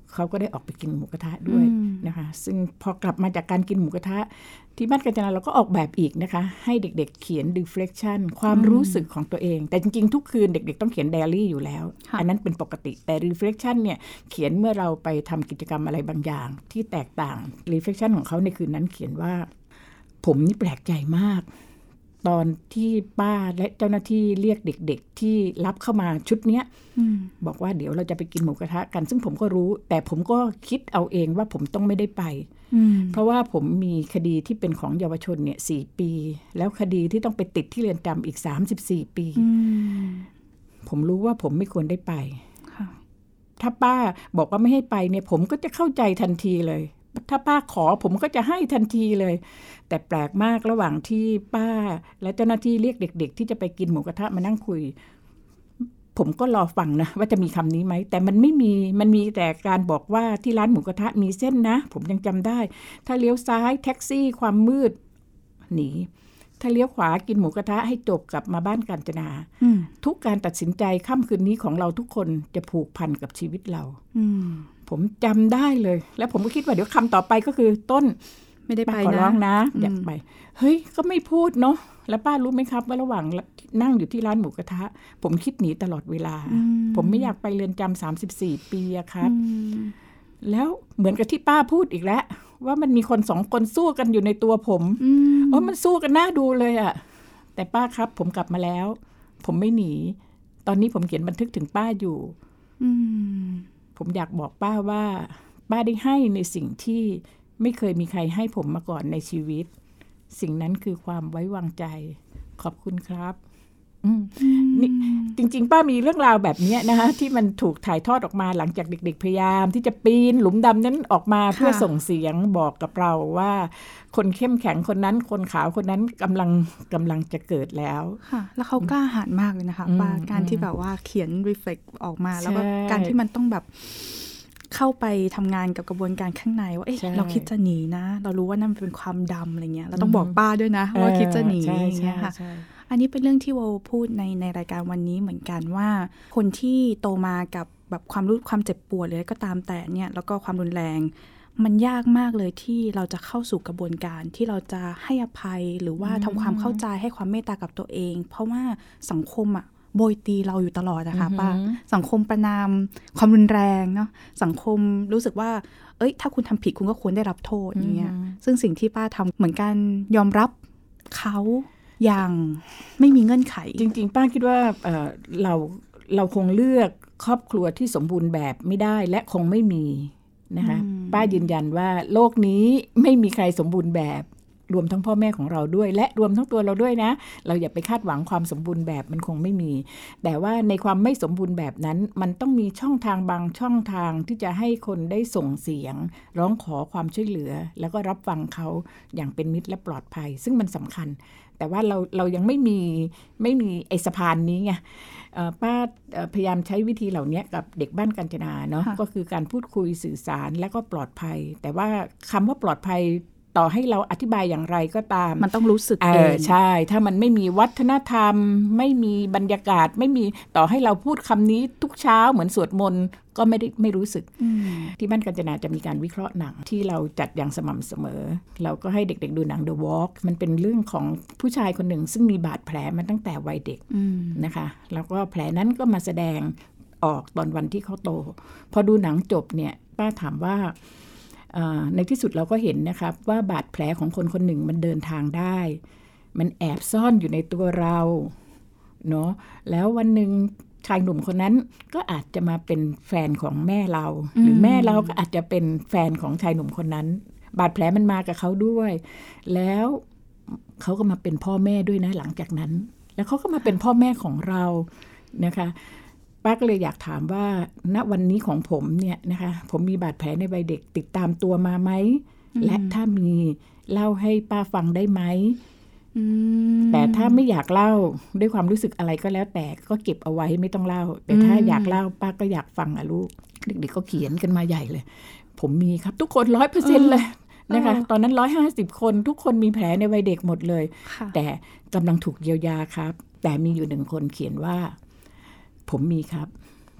Speaker 3: เขาก็ได้ออกไปกินหมูกระทะด้วยนะคะซึ่งพอกลับมาจากการกินหมูกระทะที่บ้านกาญจนาเราก็ออกแบบอีกนะคะให้เด็กๆเขียน reflection ความรู้สึกของตัวเองแต่จริงๆทุกคืนเด็กๆต้องเขียน diary อยู่แล้วอันนั้นเป็นปกติแต่ reflection เนี่ยเขียนเมื่อเราไปทำกิจกรรมอะไรบางอย่างที่แตกต่าง reflection ของเขาในคืนนั้นเขียนว่าผมนี่แปลกใจมากตอนที่ป้าและเจ้าหน้าที่เรียกเด็กๆที่รับเข้ามาชุดเนี้ยบอกว่าเดี๋ยวเราจะไปกินหมูกระทะกันซึ่งผมก็รู้แต่ผมก็คิดเอาเองว่าผมต้องไม่ได้ไปเพราะว่าผมมีคดีที่เป็นของเยาวชนเนี่ย4 ปีแล้วคดีที่ต้องไปติดที่เรือนจำอีก34 ปีผมรู้ว่าผมไม่ควรได้ไปถ้าป้าบอกว่าไม่ให้ไปเนี่ยผมก็จะเข้าใจทันทีเลยถ้าป้าขอผมก็จะให้ทันทีเลยแต่แปลกมากระหว่างที่ป้าและเจ้าหน้าที่เรียกเด็กๆที่จะไปกินหมูกระทะมานั่งคุยผมก็รอฟังนะว่าจะมีคำนี้ไหมแต่มันไม่มีมันมีแต่การบอกว่าที่ร้านหมูกระทะมีเส้นนะผมยังจำได้ถ้าเลี้ยวซ้ายแท็กซี่ความมืดหนีถ้าเลี้ยวขวากินหมูกระทะให้จบกลับมาบ้านกาญจนาทุกการตัดสินใจค่ำคืนนี้ของเราทุกคนจะผูกพันกับชีวิตเราผมจำได้เลยแล้วผมก็คิดว่าเดี๋ยวคำต่อไปก็คือต้น
Speaker 2: ไม่ได้ไปนะ
Speaker 3: ขอร้องนะอยากไปเฮ้ยก็ไม่พูดเนาะแล้วป้ารู้ไหมครับว่าระหว่างนั่งอยู่ที่ร้านหมูกระทะผมคิดหนีตลอดเวลาผมไม่อยากไปเรือนจำ34 ปีอะครับแล้วเหมือนกับที่ป้าพูดอีกแล้วว่ามันมีคน2 คนสู้กันอยู่ในตัวผมมันสู้กันน่าดูเลยอะแต่ป้าครับผมกลับมาแล้วผมไม่หนีตอนนี้ผมเขียนบันทึกถึงป้าอยู่ผมอยากบอกป้าว่าป้าได้ให้ในสิ่งที่ไม่เคยมีใครให้ผมมาก่อนในชีวิตสิ่งนั้นคือความไว้วางใจขอบคุณครับนี่จริงๆป้ามีเรื่องราวแบบนี้นะคะที่มันถูกถ่ายทอดออกมาหลังจากเด็กๆพยายามที่จะปีนหลุมดำนั้นออกมาเพื่อส่งเสียงบอกกับเราว่าคนเข้มแข็งคนนั้นคนขาวคนนั้นกำลังจะเกิดแล้ว
Speaker 2: ค่ะแล้วเขากล้าหาญมากเลยนะคะป้าการที่แบบว่าเขียน reflect ออกมาแล้วก็การที่มันต้องแบบเข้าไปทำงานกับกระบวนการข้างในว่าเราคิดจะหนีนะเรารู้ว่านั่นเป็นความดำอะไรเงี้ยเราต้องบอกป้าด้วยนะว่าคิดจะหนีอย่างเงี้ยค่ะอันนี้เป็นเรื่องที่โวพูดในรายการวันนี้เหมือนกันว่าคนที่โตมากับแบบความเจ็บปวดเลยก็ตามแต่เนี่ยแล้วก็ความรุนแรงมันยากมากเลยที่เราจะเข้าสู่กระบวนการที่เราจะให้อภัยหรือว่าทำความเข้าใจให้ความเมตตากับตัวเองเพราะว่าสังคมอ่ะโบยตีเราอยู่ตลอดนะคะป้าสังคมประณามความรุนแรงเนาะสังคมรู้สึกว่าถ้าคุณทำผิดคุณก็ควรได้รับโทษอย่างเงี้ยซึ่งสิ่งที่ป้าทำเหมือนกันยอมรับเขาอย่างไม่มีเงื่อนไข
Speaker 3: จริงๆป้าคิดว่าเราคงเลือกครอบครัวที่สมบูรณ์แบบไม่ได้และคงไม่มีนะคะป้ายืนยันว่าโลกนี้ไม่มีใครสมบูรณ์แบบรวมทั้งพ่อแม่ของเราด้วยและรวมทั้งตัวเราด้วยนะเราอย่าไปคาดหวังความสมบูรณ์แบบมันคงไม่มีแต่ว่าในความไม่สมบูรณ์แบบนั้นมันต้องมีช่องทางบางช่องทางที่จะให้คนได้ส่งเสียงร้องขอความช่วยเหลือแล้วก็รับฟังเขาอย่างเป็นมิตรและปลอดภัยซึ่งมันสำคัญแต่ว่าเรายังไม่มีไอ้สะพานนี้ไงป้าพยายามใช้วิธีเหล่านี้กับเด็กบ้านกาญจนาเนาะก็คือการพูดคุยสื่อสารและก็ปลอดภัยแต่ว่าคำว่าปลอดภัยต่อให้เราอธิบายอย่างไรก็ตาม
Speaker 2: มันต้องรู้สึกเอง
Speaker 3: ใช่ถ้ามันไม่มีวัฒนธรรมไม่มีบรรยากาศไม่มีต่อให้เราพูดคำนี้ทุกเช้าเหมือนสวดมนต์ก็ไม่รู้สึกที่บ้านกาญจนาจะมีการวิเคราะห์หนังที่เราจัดอย่างสม่ำเสมอเราก็ให้เด็กๆดูหนัง The Walk มันเป็นเรื่องของผู้ชายคนหนึ่งซึ่งมีบาดแผลมาตั้งแต่วัยเด็กนะคะแล้วก็แผลนั้นก็มาแสดงออกตอนวันที่เขาโตพอดูหนังจบเนี่ยป้าถามว่าในที่สุดเราก็เห็นนะครับว่าบาดแผลของคนคนหนึ่งมันเดินทางได้มันแอบซ่อนอยู่ในตัวเราเนาะแล้ววันหนึ่งชายหนุ่มคนนั้นก็อาจจะมาเป็นแฟนของแม่เราหรือแม่เราก็อาจจะเป็นแฟนของชายหนุ่มคนนั้นบาดแผลมันมากับเขาด้วยแล้วเขาก็มาเป็นพ่อแม่ด้วยนะหลังจากนั้นแล้วเขาก็มาเป็นพ่อแม่ของเรานะคะป้าก็เลยอยากถามว่าณวันนี้ของผมเนี่ยนะคะผมมีบาดแผลในวัยเด็กติดตามตัวมาไหมและถ้ามีเล่าให้ป้าฟังได้ไหมแต่ถ้าไม่อยากเล่าด้วยความรู้สึกอะไรก็แล้วแต่ก็เก็บเอาไว้ไม่ต้องเล่าแต่ถ้าอยากเล่าป้าก็อยากฟังอะลูกเด็กๆก็เขียนกันมาใหญ่เลยผมมีครับทุกคน 100% เลยนะคะตอนนั้น150คนทุกคนมีแผลในวัยเด็กหมดเลยแต่กำลังถูกเยียวยาครับแต่มีอยู่1คนเขียนว่าผมมีครับ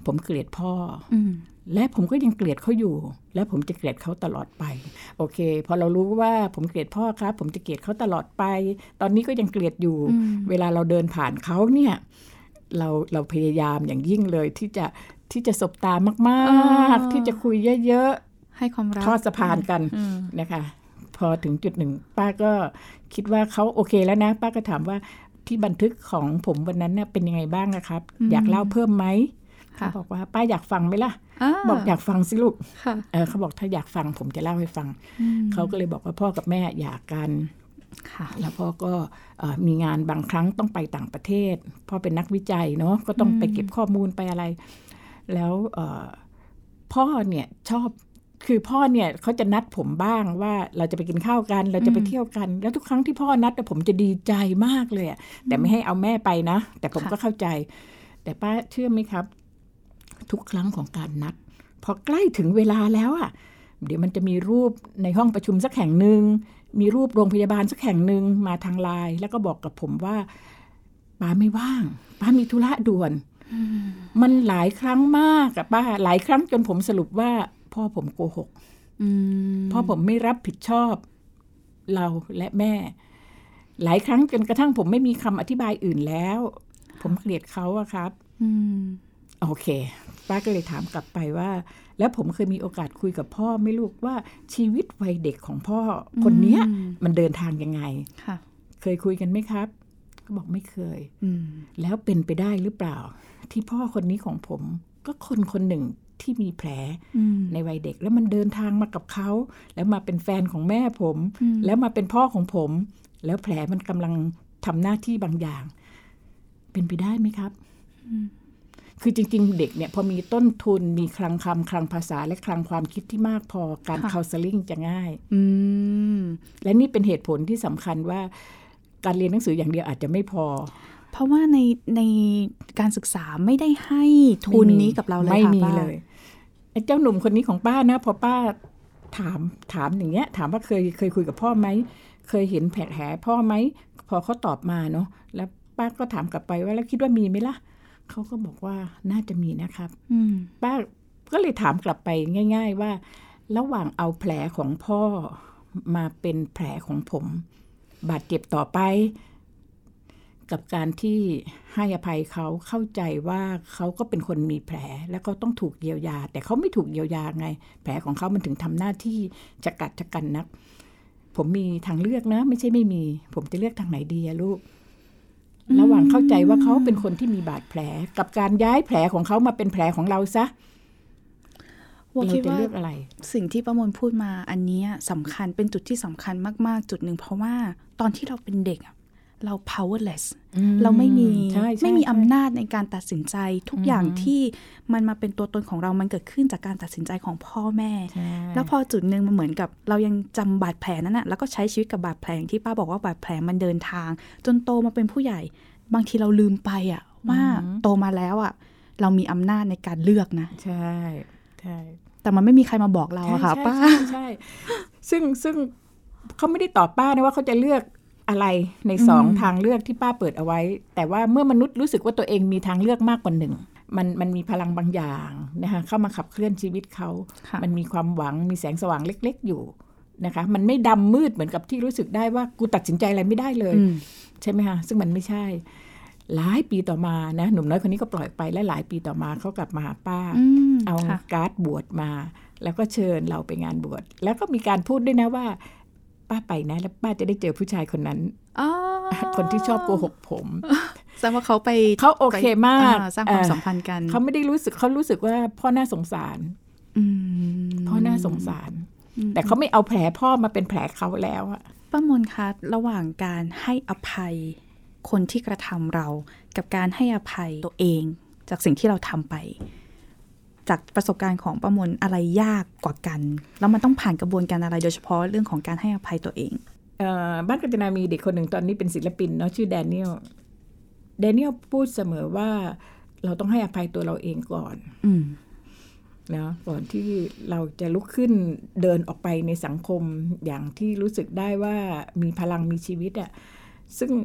Speaker 3: ผมเกลียดพ่อและผมก็ยังเกลียดเขาอยู่และผมจะเกลียดเขาตลอดไปโอเคพอเรารู้ว่าผมเกลียดพ่อครับผมจะเกลียดเขาตลอดไปตอนนี้ก็ยังเกลียดอยู่เวลาเราเดินผ่านเขาเนี่ยเราพยายามอย่างยิ่งเลยที่จะสบตามากๆที่จะคุยเยอะๆ
Speaker 2: ให้ความรัก
Speaker 3: ทอดสะพานกันนะคะพอถึงจุดหนึ่งป้าก็คิดว่าเขาโอเคแล้วนะป้าก็ถามว่าที่บันทึกของผมวันนั้นเนี่ยเป็นยังไงบ้างนะครับอยากเล่าเพิ่มไหมเขาบอกว่าป้าอยากฟังไหมล่ะบอกอยากฟังสิลูกเขาบอกถ้าอยากฟังผมจะเล่าให้ฟังเขาก็เลยบอกว่าพ่อกับแม่หย่ากันแล้วพ่อก็มีงานบางครั้งต้องไปต่างประเทศพ่อเป็นนักวิจัยเนาะก็ต้องไปเก็บข้อมูลไปอะไรแล้วพ่อเนี่ยชอบคือพ่อเนี่ยเขาจะนัดผมบ้างว่าเราจะไปกินข้าวกันเราจะไปเที่ยวกันแล้วทุกครั้งที่พ่อนัดผมจะดีใจมากเลยแต่ไม่ให้เอาแม่ไปนะแต่ผมก็เข้าใจแต่ป้าเชื่อไหมครับทุกครั้งของการนัดพอใกล้ถึงเวลาแล้วเดี๋ยวมันจะมีรูปในห้องประชุมสักแห่งหนึ่งมีรูปโรงพยาบาลสักแห่งหนึ่งมาทางไลน์แล้วก็บอกกับผมว่าป้าไม่ว่างป้ามีธุระด่วนมันหลายครั้งมากป้าหลายครั้งจนผมสรุปว่าพ่อผมโกหกพ่อผมไม่รับผิดชอบเราและแม่หลายครั้งจนกระทั่งผมไม่มีคำอธิบายอื่นแล้วผมเกลียดเขาครับโอเคป้าก็เลยถามกลับไปว่าแล้วผมเคยมีโอกาสคุยกับพ่อไม่ลูกว่าชีวิตวัยเด็กของพ่อคนนี้มันเดินทางยังไงเคยคุยกันไหมครับเขาบอกไม่เคยแล้วเป็นไปได้หรือเปล่าที่พ่อคนนี้ของผมก็คนหนึ่งที่มีแผลในวัยเด็กแล้วมันเดินทางมากับเขาแล้วมาเป็นแฟนของแม่ผมแล้วมาเป็นพ่อของผมแล้วแผลมันกำลังทำหน้าที่บางอย่างเป็นไปได้ไหมครับคือจริงๆเด็กเนี่ยพอมีต้นทุนมีคลังคำคลังภาษาและคลังความคิดที่มากพอการคาวเซลิ่งจะง่ายและนี่เป็นเหตุผลที่สำคัญว่าการเรียนหนังสืออย่างเดียวอาจจะไม่พอ
Speaker 2: เพราะว่าในการศึกษาไม่ได้ให้ทุนนี้กับเราเลย
Speaker 3: ไม่มีเลยไอ้เจ้าหนุ่มคนนี้ของป้านะพอป้าถามอย่างเงี้ยถามว่าเคยคุยกับพ่อไหมเคยเห็นแผลพ่อไหมพอเขาตอบมาเนาะแล้วป้าก็ถามกลับไปว่าแล้วคิดว่ามีไหมล่ะเขาก็บอกว่าน่าจะมีนะครับป้าก็เลยถามกลับไปง่ายๆว่าระหว่างเอาแผลของพ่อมาเป็นแผลของผมบาดเจ็บต่อไปกับการที่ให้อภัยเขาเข้าใจว่าเขาก็เป็นคนมีแผลแล้วเขาต้องถูกเยียวยาแต่เขาไม่ถูกเยียวยาไงแผลของเขามันถึงทำหน้าที่จะกัดจะกันนักผมมีทางเลือกนะไม่ใช่ไม่มีผมจะเลือกทางไหนดีลูกระหว่างเข้าใจว่าเขาเป็นคนที่มีบาดแผลกับการย้ายแผลของเขามาเป็นแผลของเราซะเราจะเลือกอะไร
Speaker 2: สิ่งที่ป้ามนพูดมาอันนี้สำคัญเป็นจุดที่สำคัญมากๆจุดหนึ่งเพราะว่าตอนที่เราเป็นเด็กเรา powerless เราไม่มีอำนาจในการตัดสินใจทุกอย่างที่มันมาเป็นตัวตนของเรามันเกิดขึ้นจากการตัดสินใจของพ่อแม่แล้วพอจุดนึงมันเหมือนกับเรายังจำบาดแผลนั้นแล้วก็ใช้ชีวิตกับบาดแผลที่ป้าบอกว่าบาดแผลมันเดินทางจนโตมาเป็นผู้ใหญ่บางทีเราลืมไปว่าโตมาแล้วเรามีอำนาจในการเลือกนะ
Speaker 3: ใช่
Speaker 2: แต่มันไม่มีใครมาบอกเราค่ะป้า
Speaker 3: ใช่ซึ่งเขาไม่ได้ตอบป้านะว่าเขาจะเลือกอะไรใน2ทางเลือกที่ป้าเปิดเอาไว้แต่ว่าเมื่อมนุษย์รู้สึกว่าตัวเองมีทางเลือกมากกว่าหนึ่งมันมีพลังบางอย่างนะคะเข้ามาขับเคลื่อนชีวิตเขามันมีความหวังมีแสงสว่างเล็กๆอยู่นะคะมันไม่ดำมืดเหมือนกับที่รู้สึกได้ว่ากูตัดสินใจอะไรไม่ได้เลยใช่ไหมคะซึ่งมันไม่ใช่หลายปีต่อมานะหนุ่มน้อยคนนี้ก็ปล่อยไปและหลายปีต่อมาเขากลับมาหาป้าเอาการ์ดบวชมาแล้วก็เชิญเราไปงานบวชแล้วก็มีการพูดด้วยนะว่าป้าไปนะแล้วป้าจะได้เจอผู้ชายคนนั้นคนที่ชอบโกหกผม
Speaker 2: แสดงว่าเขา
Speaker 3: โอเคมาก
Speaker 2: สร้างความสัมพันธ์กัน
Speaker 3: เขาไม่ได้รู้สึกว่าพ่อน่าสงสารพ่อน่าสงสารแต่เขาไม่เอาแผลพ่อมาเป็นแผลเขาแล้ว
Speaker 2: ป้ามนคะระหว่างการให้อภัยคนที่กระทำเรากับการให้อภัยตัวเองจากสิ่งที่เราทำไปจากประสบการณ์ของป้ามนอะไรยากกว่ากันแล้วมันต้องผ่านกระบวนการอะไรโดยเฉพาะเรื่องของการให้อภัยตัวเอง
Speaker 3: บ้านกัญจนามีเด็กคนหนึ่งตอนนี้เป็นศิลปินเนาะชื่อแดเนียลพูดเสมอว่าเราต้องให้อภัยตัวเราเองก่อนนะก่อนที่เราจะลุกขึ้นเดินออกไปในสังคมอย่างที่รู้สึกได้ว่ามีพลังมีชีวิตซึ่งห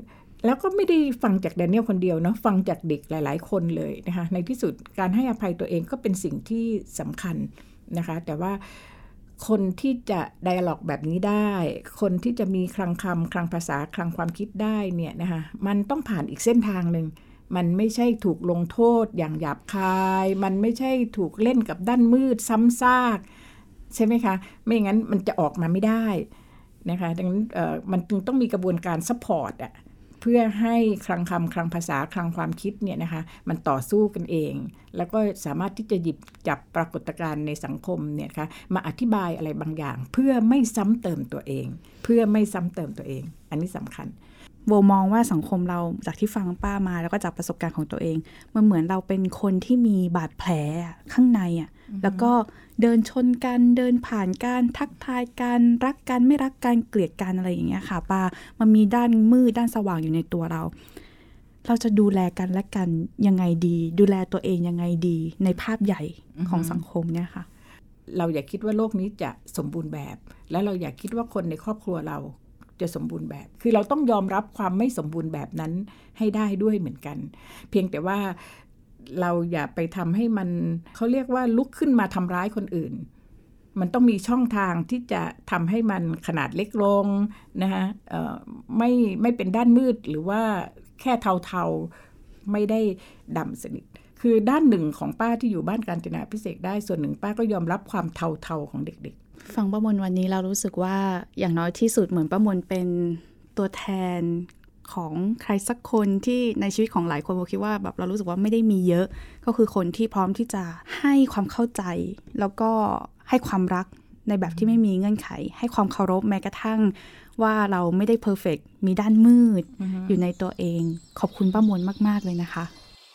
Speaker 3: แล้วก็ไม่ได้ฟังจากแดเนียลคนเดียวเนาะฟังจากเด็กหลายๆคนเลยนะคะในที่สุดการให้อภัยตัวเองก็เป็นสิ่งที่สำคัญนะคะแต่ว่าคนที่จะไดอะล็อกแบบนี้ได้คนที่จะมีคลังคำคลังภาษาคลังความคิดได้เนี่ยนะคะมันต้องผ่านอีกเส้นทางหนึ่งมันไม่ใช่ถูกลงโทษอย่างหยาบคายมันไม่ใช่ถูกเล่นกับด้านมืดซ้ำซากใช่ไหมคะไม่งั้นมันจะออกมาไม่ได้นะคะดังนั้นมันจึงต้องมีกระบวนการซัพพอร์ตเพื่อให้คลังคำคลังภาษาคลังความคิดเนี่ยนะคะมันต่อสู้กันเองแล้วก็สามารถที่จะหยิบจับปรากฏการณ์ในสังคมเนี่ยนะคะมาอธิบายอะไรบางอย่างเพื่อไม่ซ้ำเติมตัวเองอันนี้สำคัญ
Speaker 2: โบมองว่าสังคมเราจากที่ฟังป้ามาแล้วก็จากประสบการณ์ของตัวเองมันเหมือนเราเป็นคนที่มีบาดแผลข้างในแล้วก็เดินชนกันเดินผ่านกันทักทายกันรักกันไม่รักกันเกลียดกันอะไรอย่างเงี้ยค่ะป้ามันมีด้านมืดด้านสว่างอยู่ในตัวเราจะดูแลกันและกันยังไงดีดูแลตัวเองยังไงดีในภาพใหญ่ของสังคมเนี่ยค่ะ
Speaker 3: เราอย่าคิดว่าโลกนี้จะสมบูรณ์แบบและเราอย่าคิดว่าคนในครอบครัวเราจะสมบูรณ์แบบคือเราต้องยอมรับความไม่สมบูรณ์แบบนั้นให้ได้ด้วยเหมือนกันเพียงแต่ว่าเราอย่าไปทำให้มันเขาเรียกว่าลุกขึ้นมาทำร้ายคนอื่นมันต้องมีช่องทางที่จะทำให้มันขนาดเล็กลงนะคะไม่เป็นด้านมืดหรือว่าแค่เทาๆไม่ได้ดำสนิทคือด้านหนึ่งของป้าที่อยู่บ้านกาญจนาภิเษกได้ส่วนหนึ่งป้าก็ยอมรับความเทาๆของเด็กๆ
Speaker 2: ฟังป้ามนวันนี้เรารู้สึกว่าอย่างน้อยที่สุดเหมือนป้ามนเป็นตัวแทนของใครสักคนที่ในชีวิตของหลายคนเราคิดว่าแบบเรารู้สึกว่าไม่ได้มีเยอะก็คือคนที่พร้อมที่จะให้ความเข้าใจแล้วก็ให้ความรักในแบบที่ไม่มีเงื่อนไขให้ความเคารพแม้กระทั่งว่าเราไม่ได้เพอร์เฟกต์มีด้านมืดอยู่ในตัวเองขอบคุณป้ามนมากๆเลยนะคะ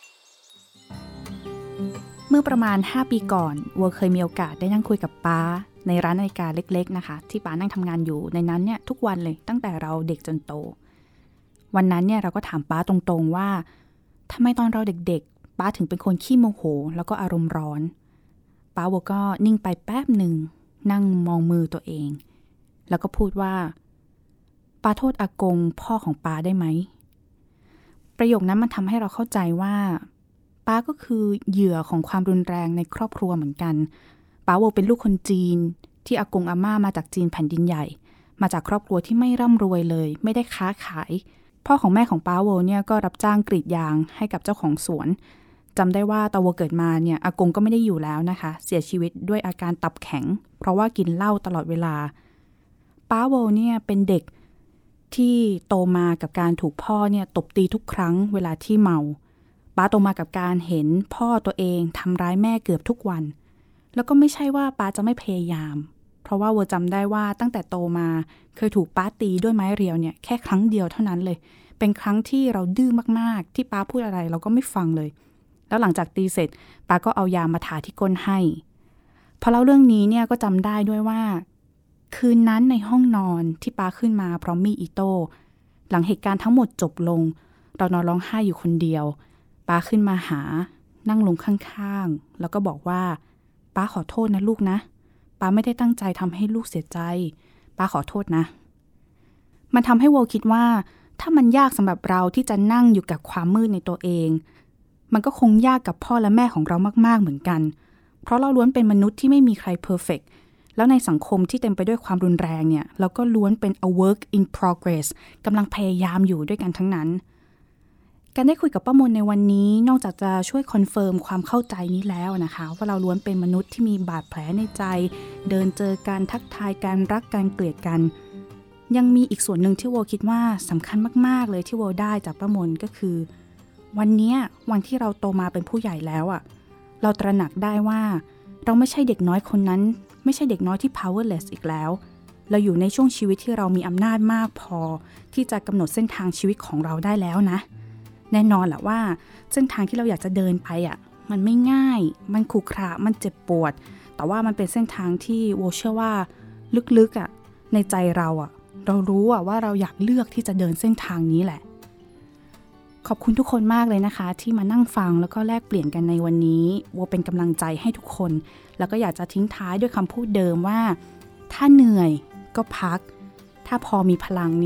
Speaker 2: เมื่อประมาณ5ปีก่อนวัวเคยมีโอกาสได้นั่งคุยกับป้าในร้านนาฬิกาเล็กๆนะคะที่ป้านั่งทำงานอยู่ในนั้นเนี่ยทุกวันเลยตั้งแต่เราเด็กจนโตวันนั้นเนี่ยเราก็ถามป้าตรงๆว่าทำไมตอนเราเด็กๆป้าถึงเป็นคนขี้โมโหแล้วก็อารมณ์ร้อนป้าวัวก็นิ่งไปแป๊บหนึ่งนั่งมองมือตัวเองแล้วก็พูดว่าป้าโทษอากงพ่อของป้าได้ไหมประโยคนั้นมันทำให้เราเข้าใจว่าป้าก็คือเหยื่อของความรุนแรงในครอบครัวเหมือนกันป้าวัวเป็นลูกคนจีนที่อากงอาม่ามาจากจีนแผ่นดินใหญ่มาจากครอบครัวที่ไม่ร่ำรวยเลยไม่ได้ค้าขายพ่อของแม่ของป้าโวเนี่ยก็รับจ้างกรีดยางให้กับเจ้าของสวนจำได้ว่าตาโวเกิดมาเนี่ยอากงก็ไม่ได้อยู่แล้วนะคะเสียชีวิตด้วยอาการตับแข็งเพราะว่ากินเหล้าตลอดเวลาป้าโวเนี่ยเป็นเด็กที่โตมากับการถูกพ่อเนี่ยตบตีทุกครั้งเวลาที่เมาป้าโตมากับการเห็นพ่อตัวเองทำร้ายแม่เกือบทุกวันแล้วก็ไม่ใช่ว่าป้าจะไม่พยายามเพราะว่าวัวจำได้ว่าตั้งแต่โตมาเคยถูกป้าตีด้วยไม้เรียวเนี่ยแค่ครั้งเดียวเท่านั้นเลยเป็นครั้งที่เราดื้อมากๆที่ป้าพูดอะไรเราก็ไม่ฟังเลยแล้วหลังจากตีเสร็จป้าก็เอายามาทาที่ก้นให้พอเล่าเรื่องนี้เนี่ยก็จำได้ด้วยว่าคืนนั้นในห้องนอนที่ป้าขึ้นมาพร้อมมีดอิโต้หลังเหตุการณ์ทั้งหมดจบลงเรานอนร้องไห้อยู่คนเดียวป้าขึ้นมาหานั่งลงข้างๆแล้วก็บอกว่าป้าขอโทษนะลูกนะป้าไม่ได้ตั้งใจทำให้ลูกเสียใจป้าขอโทษนะมันทำให้โวคิดว่าถ้ามันยากสำหรับเราที่จะนั่งอยู่กับความมืดในตัวเองมันก็คงยากกับพ่อและแม่ของเรามากๆเหมือนกันเพราะเราล้วนเป็นมนุษย์ที่ไม่มีใครเพอร์เฟกต์แล้วในสังคมที่เต็มไปด้วยความรุนแรงเนี่ยเราก็ล้วนเป็น a work in progress กำลังพยายามอยู่ด้วยกันทั้งนั้นการได้คุยกับป้ามนในวันนี้นอกจากจะช่วยคอนเฟิร์มความเข้าใจนี้แล้วนะคะว่าเราล้วนเป็นมนุษย์ที่มีบาดแผลในใจเดินเจอกันทักทายกันรักกันเกลียดกันยังมีอีกส่วนหนึ่งที่โวคิดว่าสำคัญมากๆเลยที่โวได้จากป้ามนก็คือวันนี้วันที่เราโตมาเป็นผู้ใหญ่แล้วเราตระหนักได้ว่าเราไม่ใช่เด็กน้อยคนนั้นไม่ใช่เด็กน้อยที่ powerless อีกแล้วเราอยู่ในช่วงชีวิตที่เรามีอำนาจมากพอที่จะกำหนดเส้นทางชีวิตของเราได้แล้วนะแน่นอนแหละว่าเส้นทางที่เราอยากจะเดินไปมันไม่ง่ายมันขรุขระมันเจ็บปวดแต่ว่ามันเป็นเส้นทางที่โวเชื่อว่าลึกๆในใจเรารู้ว่าเราอยากเลือกที่จะเดินเส้นทางนี้แหละขอบคุณทุกคนมากเลยนะคะที่มานั่งฟังแล้วก็แลกเปลี่ยนกันในวันนี้โวเป็นกำลังใจให้ทุกคนแล้วก็อยากจะทิ้งท้ายด้วยคำพูดเดิมว่าถ้าเหนื่อยก็พักถ้าพอมีพลังเนี่ย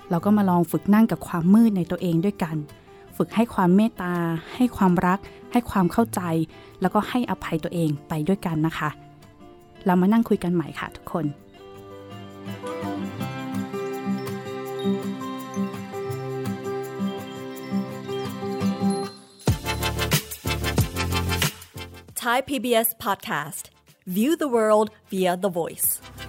Speaker 2: เราก็มาลองฝึกนั่งกับความมืดในตัวเองด้วยกันฝึกให้ความเมตตาให้ความรักให้ความเข้าใจแล้วก็ให้อภัยตัวเองไปด้วยกันนะคะเรามานั่งคุยกันใหม่ค่ะทุกคน
Speaker 4: Thai PBS Podcast. View the world via the voice.